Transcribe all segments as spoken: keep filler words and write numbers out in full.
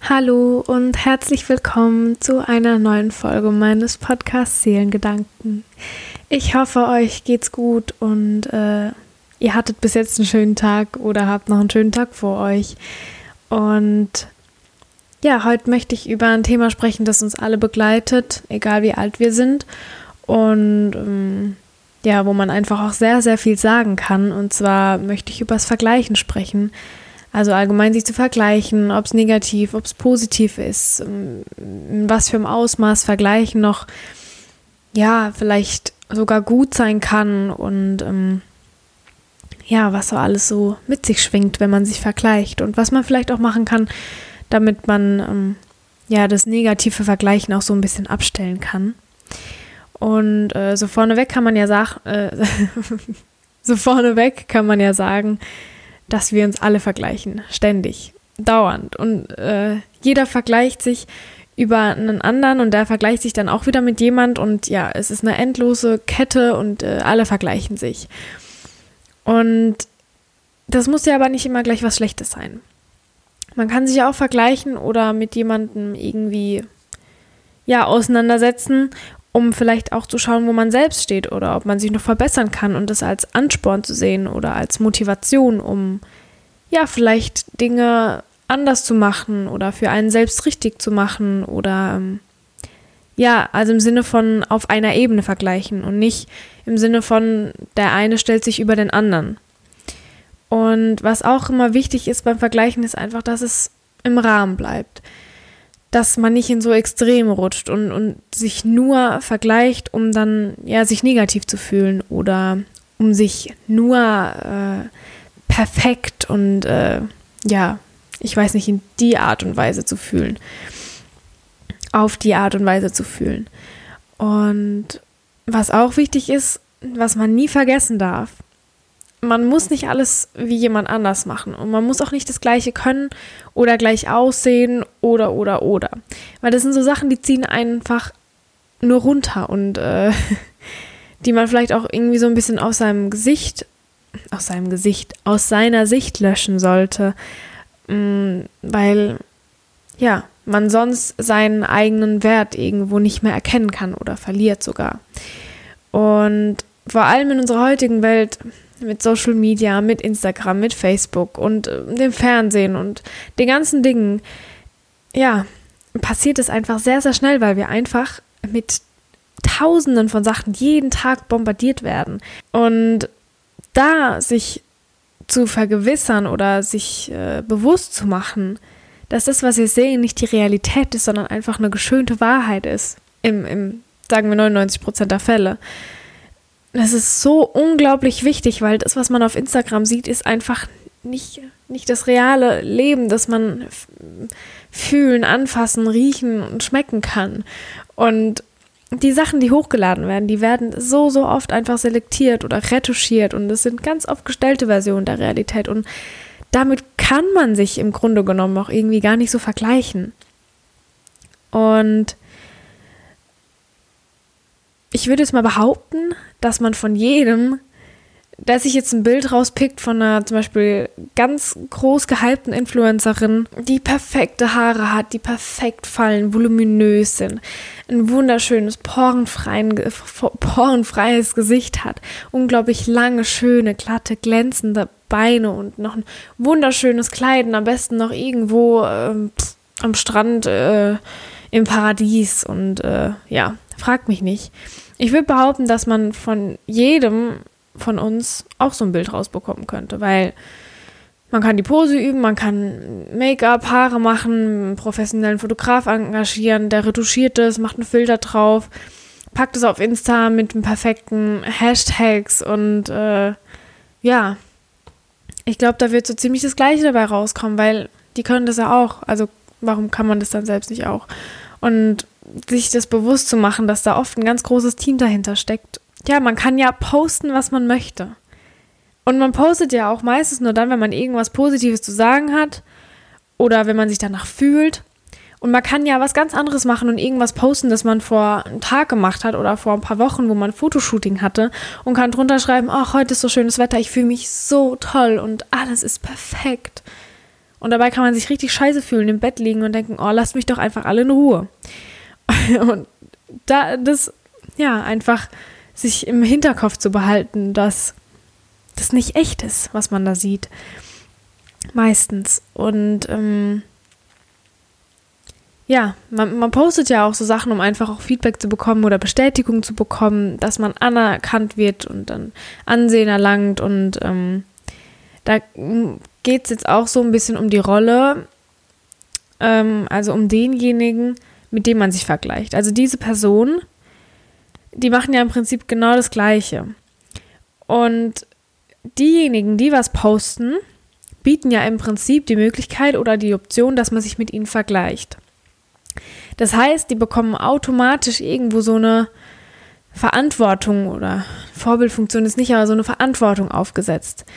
Hallo und herzlich willkommen zu einer neuen Folge meines Podcasts Seelengedanken. Ich hoffe, euch geht's gut und äh, ihr hattet bis jetzt einen schönen Tag oder habt noch einen schönen Tag vor euch. Und ja, heute möchte ich über ein Thema sprechen, das uns alle begleitet, egal wie alt wir sind. Und ähm, ja, wo man einfach auch sehr, sehr viel sagen kann. Und zwar möchte ich über das Vergleichen sprechen. Also allgemein sich zu vergleichen, ob es negativ, ob es positiv ist, in was für einem Ausmaß Vergleichen noch, ja, vielleicht sogar gut sein kann und ähm, ja, was so alles so mit sich schwingt, wenn man sich vergleicht und was man vielleicht auch machen kann, damit man ähm, ja das negative Vergleichen auch so ein bisschen abstellen kann. Und äh, so vorneweg kann man ja sagen, äh, so vorneweg kann man ja sagen, dass wir uns alle vergleichen, ständig, dauernd. Und äh, jeder vergleicht sich über einen anderen und der vergleicht sich dann auch wieder mit jemand und ja, es ist eine endlose Kette und äh, alle vergleichen sich. Und das muss ja aber nicht immer gleich was Schlechtes sein. Man kann sich ja auch vergleichen oder mit jemandem irgendwie ja, auseinandersetzen, um vielleicht auch zu schauen, wo man selbst steht oder ob man sich noch verbessern kann und das als Ansporn zu sehen oder als Motivation, um ja vielleicht Dinge anders zu machen oder für einen selbst richtig zu machen oder ähm, ja, also im Sinne von auf einer Ebene vergleichen und nicht im Sinne von der eine stellt sich über den anderen. Und was auch immer wichtig ist beim Vergleichen, ist einfach, dass es im Rahmen bleibt. Dass man nicht in so Extreme rutscht und, und sich nur vergleicht, um dann ja sich negativ zu fühlen oder um sich nur äh, perfekt und äh, ja, ich weiß nicht, in die Art und Weise zu fühlen. Auf die Art und Weise zu fühlen. Und was auch wichtig ist, was man nie vergessen darf, man muss nicht alles wie jemand anders machen und man muss auch nicht das Gleiche können oder gleich aussehen oder, oder, oder. Weil das sind so Sachen, die ziehen einfach nur runter und äh, die man vielleicht auch irgendwie so ein bisschen aus seinem Gesicht, aus seinem Gesicht, aus seiner Sicht löschen sollte, mh, weil, ja, man sonst seinen eigenen Wert irgendwo nicht mehr erkennen kann oder verliert sogar. Und vor allem in unserer heutigen Welt mit Social Media, mit Instagram, mit Facebook und äh, dem Fernsehen und den ganzen Dingen, ja, passiert es einfach sehr, sehr schnell, weil wir einfach mit Tausenden von Sachen jeden Tag bombardiert werden. Und da sich zu vergewissern oder sich äh, bewusst zu machen, dass das, was wir sehen, nicht die Realität ist, sondern einfach eine geschönte Wahrheit ist, im, im sagen wir neunundneunzig Prozent der Fälle. Das ist so unglaublich wichtig, weil das, was man auf Instagram sieht, ist einfach nicht, nicht das reale Leben, das man f- fühlen, anfassen, riechen und schmecken kann. Und die Sachen, die hochgeladen werden, die werden so, so oft einfach selektiert oder retuschiert und das sind ganz oft gestellte Versionen der Realität und damit kann man sich im Grunde genommen auch irgendwie gar nicht so vergleichen. Und ich würde jetzt mal behaupten, dass man von jedem, der sich jetzt ein Bild rauspickt von einer zum Beispiel ganz groß gehypten Influencerin, die perfekte Haare hat, die perfekt fallen, voluminös sind, ein wunderschönes, porenfreien, porenfreies Gesicht hat, unglaublich lange, schöne, glatte, glänzende Beine und noch ein wunderschönes Kleid, am besten noch irgendwo ähm, am Strand äh, im Paradies und äh, ja, fragt mich nicht. Ich würde behaupten, dass man von jedem von uns auch so ein Bild rausbekommen könnte, weil man kann die Pose üben, man kann Make-up, Haare machen, einen professionellen Fotograf engagieren, der retuschiert es, macht einen Filter drauf, packt es auf Insta mit den perfekten Hashtags und äh, ja, ich glaube, da wird so ziemlich das Gleiche dabei rauskommen, weil die können das ja auch, also warum kann man das dann selbst nicht auch? Und sich das bewusst zu machen, dass da oft ein ganz großes Team dahinter steckt. Ja, man kann ja posten, was man möchte. Und man postet ja auch meistens nur dann, wenn man irgendwas Positives zu sagen hat oder wenn man sich danach fühlt. Und man kann ja was ganz anderes machen und irgendwas posten, das man vor einem Tag gemacht hat oder vor ein paar Wochen, wo man ein Fotoshooting hatte und kann drunter schreiben, ach, heute ist so schönes Wetter, ich fühle mich so toll und alles ist perfekt. Und dabei kann man sich richtig scheiße fühlen, im Bett liegen und denken, oh, lasst mich doch einfach alle in Ruhe. Und da das, ja, einfach sich im Hinterkopf zu behalten, dass das nicht echt ist, was man da sieht. Meistens. Und ähm, ja, man, man postet ja auch so Sachen, um einfach auch Feedback zu bekommen oder Bestätigung zu bekommen, dass man anerkannt wird und dann Ansehen erlangt. Und ähm, da geht es jetzt auch so ein bisschen um die Rolle, ähm, also um denjenigen, mit dem man sich vergleicht. Also diese Personen, die machen ja im Prinzip genau das Gleiche. Und diejenigen, die was posten, bieten ja im Prinzip die Möglichkeit oder die Option, dass man sich mit ihnen vergleicht. Das heißt, die bekommen automatisch irgendwo so eine Verantwortung oder Vorbildfunktion ist nicht, aber so eine Verantwortung aufgesetzt.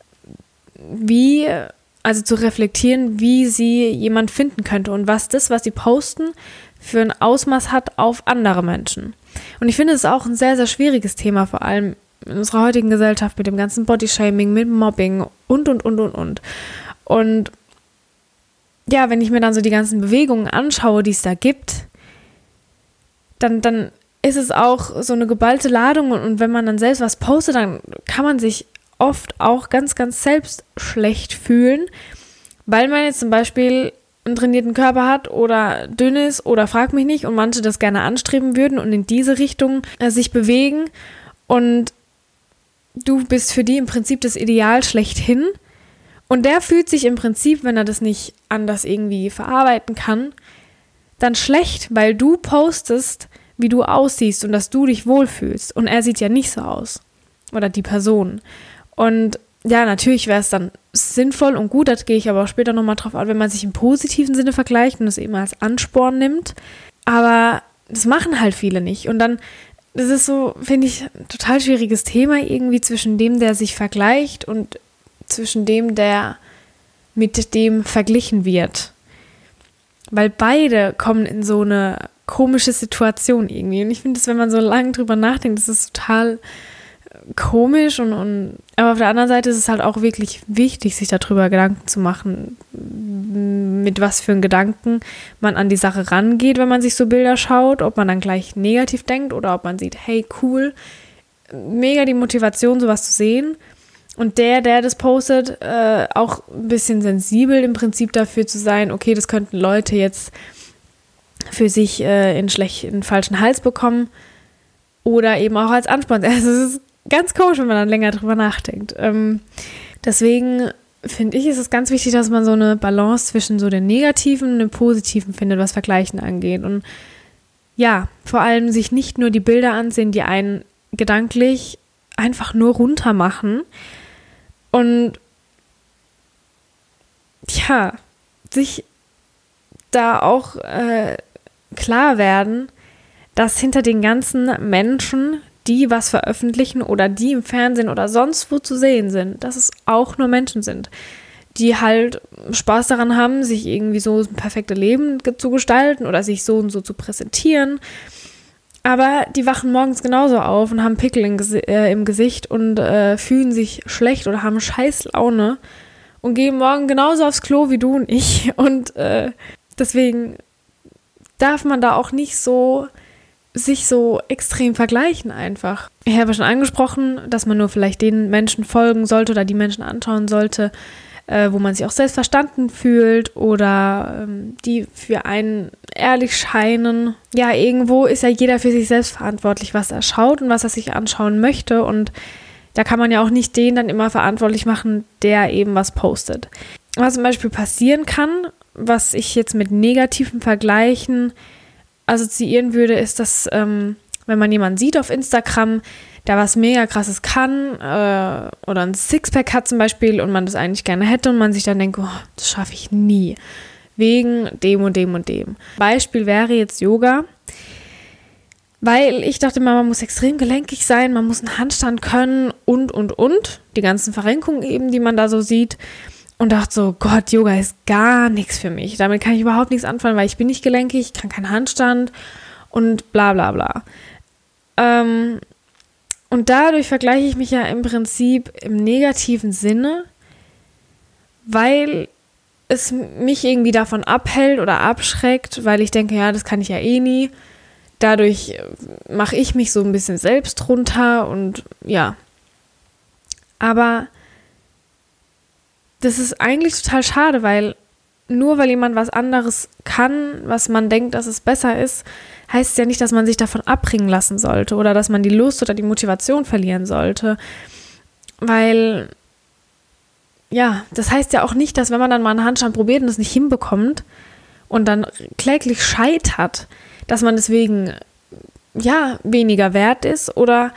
Wie, also zu reflektieren, wie sie jemand finden könnte und was das, was sie posten, für ein Ausmaß hat auf andere Menschen. Und ich finde, es ist auch ein sehr, sehr schwieriges Thema, vor allem in unserer heutigen Gesellschaft mit dem ganzen Bodyshaming, mit Mobbing und, und, und, und, und. Und ja, wenn ich mir dann so die ganzen Bewegungen anschaue, die es da gibt, dann, dann ist es auch so eine geballte Ladung und, und wenn man dann selbst was postet, dann kann man sich oft auch ganz, ganz selbst schlecht fühlen, weil man jetzt zum Beispiel einen trainierten Körper hat oder dünn ist oder frag mich nicht und manche das gerne anstreben würden und in diese Richtung äh, sich bewegen und du bist für die im Prinzip das Ideal schlechthin. Und der fühlt sich im Prinzip, wenn er das nicht anders irgendwie verarbeiten kann, dann schlecht, weil du postest, wie du aussiehst und dass du dich wohlfühlst. Und er sieht ja nicht so aus. Oder die Person. Und ja, natürlich wäre es dann sinnvoll und gut, das gehe ich aber auch später nochmal drauf an, wenn man sich im positiven Sinne vergleicht und es eben als Ansporn nimmt. Aber das machen halt viele nicht. Und dann, das ist so, finde ich, ein total schwieriges Thema irgendwie zwischen dem, der sich vergleicht und zwischen dem, der mit dem verglichen wird. Weil beide kommen in so eine komische Situation irgendwie. Und ich finde es, wenn man so lange drüber nachdenkt, das ist total komisch. Und, und aber auf der anderen Seite ist es halt auch wirklich wichtig, sich darüber Gedanken zu machen, mit was für einen Gedanken man an die Sache rangeht, wenn man sich so Bilder schaut, ob man dann gleich negativ denkt oder ob man sieht, hey, cool, mega die Motivation, sowas zu sehen. Und der, der das postet, äh, auch ein bisschen sensibel im Prinzip dafür zu sein, okay, das könnten Leute jetzt für sich äh, in schlecht, in falschen Hals bekommen oder eben auch als Ansporn. Also es ist ganz komisch, wenn man dann länger drüber nachdenkt. Ähm, deswegen finde ich, ist es ganz wichtig, dass man so eine Balance zwischen so den Negativen und den Positiven findet, was Vergleichen angeht. Und ja, vor allem sich nicht nur die Bilder ansehen, die einen gedanklich einfach nur runter machen, und ja, sich da auch äh, klar werden, dass hinter den ganzen Menschen, die was veröffentlichen oder die im Fernsehen oder sonst wo zu sehen sind, dass es auch nur Menschen sind, die halt Spaß daran haben, sich irgendwie so ein perfektes Leben zu gestalten oder sich so und so zu präsentieren. Aber die wachen morgens genauso auf und haben Pickel im, Gesi- äh, im Gesicht und äh, fühlen sich schlecht oder haben scheiß Laune und gehen morgen genauso aufs Klo wie du und ich. Und äh, deswegen darf man da auch nicht so sich so extrem vergleichen einfach. Ich habe schon angesprochen, dass man nur vielleicht den Menschen folgen sollte oder die Menschen anschauen sollte, äh, wo man sich auch selbst verstanden fühlt oder ähm, die für einen ehrlich scheinen. Ja, irgendwo ist ja jeder für sich selbst verantwortlich, was er schaut und was er sich anschauen möchte, und da kann man ja auch nicht den dann immer verantwortlich machen, der eben was postet. Was zum Beispiel passieren kann, was ich jetzt mit negativen Vergleichen assoziieren würde, ist, dass ähm, wenn man jemanden sieht auf Instagram, der was mega krasses kann äh, oder ein Sixpack hat zum Beispiel und man das eigentlich gerne hätte und man sich dann denkt, oh, das schaffe ich nie, wegen dem und dem und dem. Beispiel wäre jetzt Yoga, weil ich dachte immer, man muss extrem gelenkig sein, man muss einen Handstand können und, und, und, die ganzen Verrenkungen eben, die man da so sieht, und dachte so, Gott, Yoga ist gar nichts für mich, damit kann ich überhaupt nichts anfangen, weil ich bin nicht gelenkig, ich kann keinen Handstand und bla bla bla. Ähm, und dadurch vergleiche ich mich ja im Prinzip im negativen Sinne, weil es mich irgendwie davon abhält oder abschreckt, weil ich denke, ja, das kann ich ja eh nie. Dadurch mache ich mich so ein bisschen selbst runter und ja. Aber das ist eigentlich total schade, weil nur weil jemand was anderes kann, was man denkt, dass es besser ist, heißt es ja nicht, dass man sich davon abbringen lassen sollte oder dass man die Lust oder die Motivation verlieren sollte. Weil, ja, das heißt ja auch nicht, dass wenn man dann mal einen Handstand probiert und es nicht hinbekommt und dann kläglich scheitert, dass man deswegen, ja, weniger wert ist oder,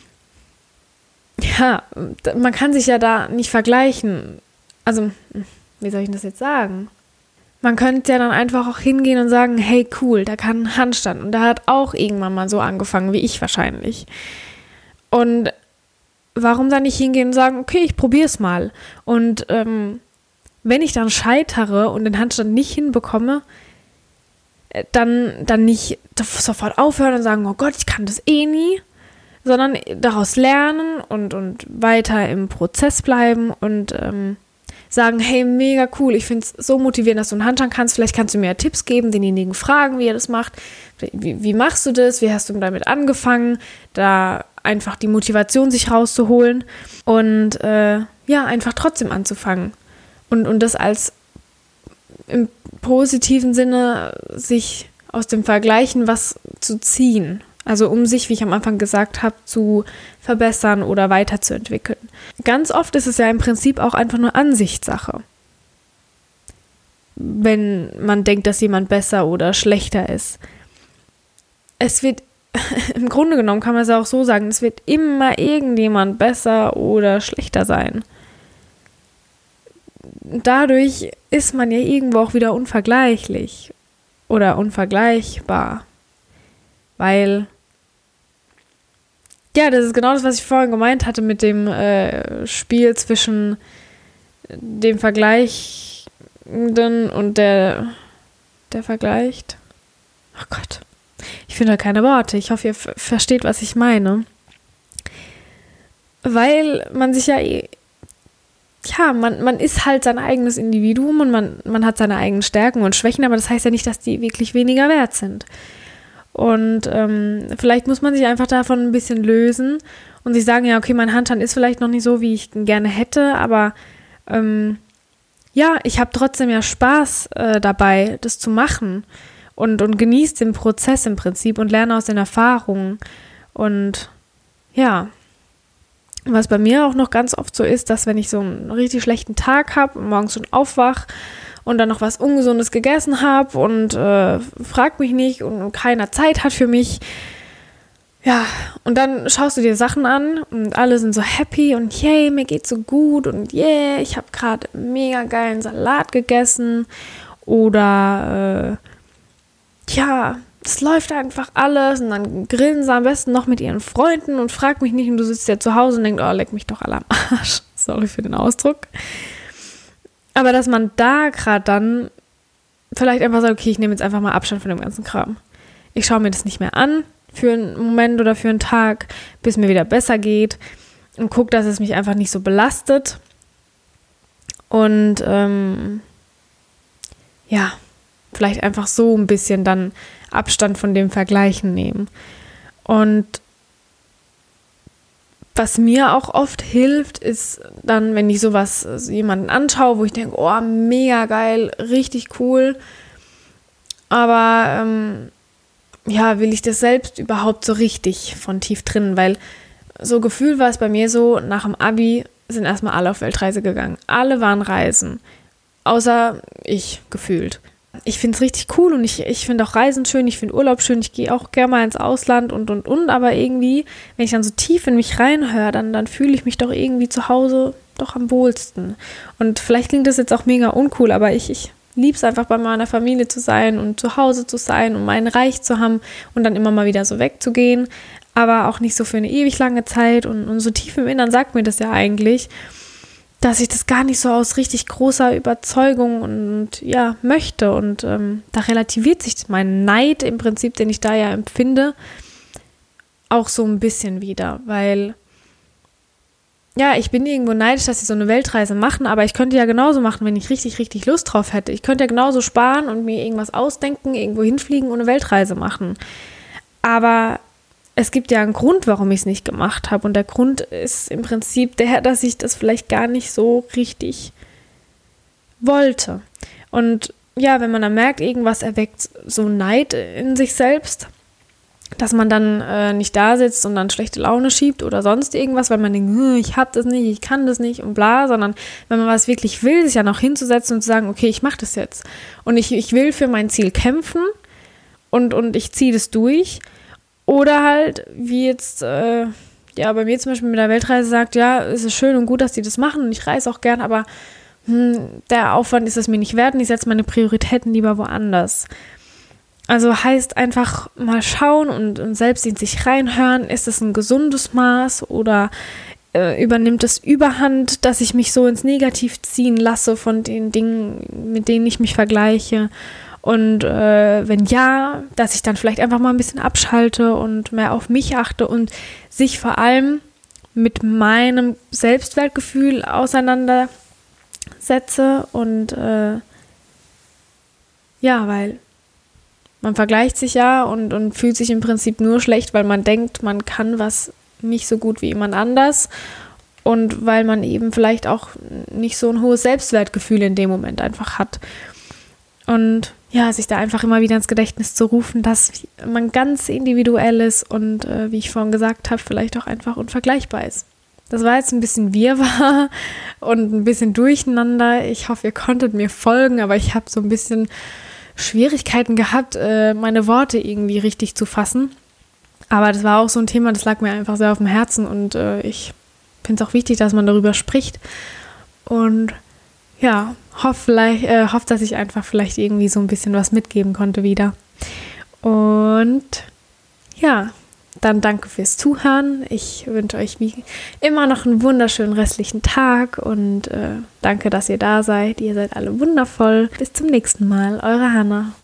ja, man kann sich ja da nicht vergleichen. Also, wie soll ich das jetzt sagen? Man könnte ja dann einfach auch hingehen und sagen, hey, cool, da kann ein Handstand. Und der hat auch irgendwann mal so angefangen, wie ich wahrscheinlich. Und warum dann nicht hingehen und sagen, okay, ich probiere es mal. Und ähm, wenn ich dann scheitere und den Handstand nicht hinbekomme, dann, dann nicht sofort aufhören und sagen, oh Gott, ich kann das eh nie, sondern daraus lernen und, und weiter im Prozess bleiben und ähm, sagen, hey, mega cool, ich finde es so motivierend, dass du einen Handstand kannst, vielleicht kannst du mir ja Tipps geben, denjenigen fragen, wie er das macht, wie, wie machst du das, wie hast du damit angefangen, da einfach die Motivation sich rauszuholen und äh, ja, einfach trotzdem anzufangen und, und das als im positiven Sinne sich aus dem Vergleichen was zu ziehen. Also um sich, wie ich am Anfang gesagt habe, zu verbessern oder weiterzuentwickeln. Ganz oft ist es ja im Prinzip auch einfach nur Ansichtssache. Wenn man denkt, dass jemand besser oder schlechter ist. Es wird, im Grunde genommen kann man es ja auch so sagen, es wird immer irgendjemand besser oder schlechter sein. Dadurch ist man ja irgendwo auch wieder unvergleichlich oder unvergleichbar. Weil, ja, das ist genau das, was ich vorhin gemeint hatte mit dem äh, Spiel zwischen dem Vergleichenden und der, der vergleicht. Ach Gott, ich finde da keine Worte. Ich hoffe, ihr f- versteht, was ich meine. Weil man sich ja, ja, man, man ist halt sein eigenes Individuum und man, man hat seine eigenen Stärken und Schwächen, aber das heißt ja nicht, dass die wirklich weniger wert sind. Und ähm, vielleicht muss man sich einfach davon ein bisschen lösen und sich sagen, ja, okay, mein Handstand ist vielleicht noch nicht so, wie ich ihn gerne hätte, aber ähm, ja, ich habe trotzdem ja Spaß äh, dabei, das zu machen und, und genieße den Prozess im Prinzip und lerne aus den Erfahrungen. Und ja, was bei mir auch noch ganz oft so ist, dass wenn ich so einen richtig schlechten Tag habe und morgens schon aufwach und dann noch was Ungesundes gegessen habe und äh, fragt mich nicht und keiner Zeit hat für mich. Ja, und dann schaust du dir Sachen an und alle sind so happy und yay, mir geht's so gut und yeah, ich habe gerade mega geilen Salat gegessen oder äh, ja, es läuft einfach alles und dann grillen sie am besten noch mit ihren Freunden und fragt mich nicht und du sitzt ja zu Hause und denkst, oh, leck mich doch alle am Arsch. Sorry für den Ausdruck. Aber dass man da gerade dann vielleicht einfach sagt, okay, ich nehme jetzt einfach mal Abstand von dem ganzen Kram. Ich schaue mir das nicht mehr an für einen Moment oder für einen Tag, bis mir wieder besser geht und gucke, dass es mich einfach nicht so belastet. Und ähm, ja, vielleicht einfach so ein bisschen dann Abstand von dem Vergleichen nehmen. Und was mir auch oft hilft, ist dann, wenn ich sowas also jemanden anschaue, wo ich denke, oh, mega geil, richtig cool, aber ähm, ja, will ich das selbst überhaupt so richtig von tief drin, weil so gefühlt war es bei mir so, nach dem Abi sind erstmal alle auf Weltreise gegangen. Alle waren reisen, außer ich gefühlt. Ich finde es richtig cool und ich, ich finde auch Reisen schön, ich finde Urlaub schön, ich gehe auch gerne mal ins Ausland und, und, und, aber irgendwie, wenn ich dann so tief in mich reinhöre, dann, dann fühle ich mich doch irgendwie zu Hause doch am wohlsten. Und vielleicht klingt das jetzt auch mega uncool, aber ich, ich liebe es einfach, bei meiner Familie zu sein und zu Hause zu sein und mein Reich zu haben und dann immer mal wieder so wegzugehen, aber auch nicht so für eine ewig lange Zeit und, und so tief im Innern sagt mir das ja eigentlich, dass ich das gar nicht so aus richtig großer Überzeugung und ja, möchte. Und ähm, da relativiert sich mein Neid im Prinzip, den ich da ja empfinde, auch so ein bisschen wieder. Weil ja, ich bin irgendwo neidisch, dass sie so eine Weltreise machen, aber ich könnte ja genauso machen, wenn ich richtig, richtig Lust drauf hätte. Ich könnte ja genauso sparen und mir irgendwas ausdenken, irgendwo hinfliegen und eine Weltreise machen. Aber es gibt ja einen Grund, warum ich es nicht gemacht habe. Und der Grund ist im Prinzip der, dass ich das vielleicht gar nicht so richtig wollte. Und ja, wenn man dann merkt, irgendwas erweckt so Neid in sich selbst, dass man dann äh, nicht da sitzt und dann schlechte Laune schiebt oder sonst irgendwas, weil man denkt, ich hab das nicht, ich kann das nicht und bla, sondern wenn man was wirklich will, sich ja noch hinzusetzen und zu sagen, okay, ich mache das jetzt und ich, ich will für mein Ziel kämpfen und, und ich ziehe das durch. Oder halt, wie jetzt, äh, ja, bei mir zum Beispiel mit der Weltreise sagt, ja, es ist schön und gut, dass die das machen und ich reise auch gern, aber hm, der Aufwand ist es mir nicht wert und ich setze meine Prioritäten lieber woanders. Also heißt einfach mal schauen und, und selbst in sich reinhören, ist es ein gesundes Maß oder äh, übernimmt es Überhand, dass ich mich so ins Negativ ziehen lasse von den Dingen, mit denen ich mich vergleiche. Und äh, wenn ja, dass ich dann vielleicht einfach mal ein bisschen abschalte und mehr auf mich achte und sich vor allem mit meinem Selbstwertgefühl auseinandersetze und äh, ja, weil man vergleicht sich ja und, und fühlt sich im Prinzip nur schlecht, weil man denkt, man kann was nicht so gut wie jemand anders und weil man eben vielleicht auch nicht so ein hohes Selbstwertgefühl in dem Moment einfach hat. Und ja, sich da einfach immer wieder ins Gedächtnis zu rufen, dass man ganz individuell ist und äh, wie ich vorhin gesagt habe, vielleicht auch einfach unvergleichbar ist. Das war jetzt ein bisschen Wirrwarr und ein bisschen durcheinander. Ich hoffe, ihr konntet mir folgen, aber ich habe so ein bisschen Schwierigkeiten gehabt, meine Worte irgendwie richtig zu fassen. Aber das war auch so ein Thema, das lag mir einfach sehr auf dem Herzen und ich finde es auch wichtig, dass man darüber spricht. Und ja, hoffe, vielleicht, äh, hoffe, dass ich einfach vielleicht irgendwie so ein bisschen was mitgeben konnte wieder. Und ja, dann danke fürs Zuhören. Ich wünsche euch wie immer noch einen wunderschönen restlichen Tag und äh, danke, dass ihr da seid. Ihr seid alle wundervoll. Bis zum nächsten Mal. Eure Hannah.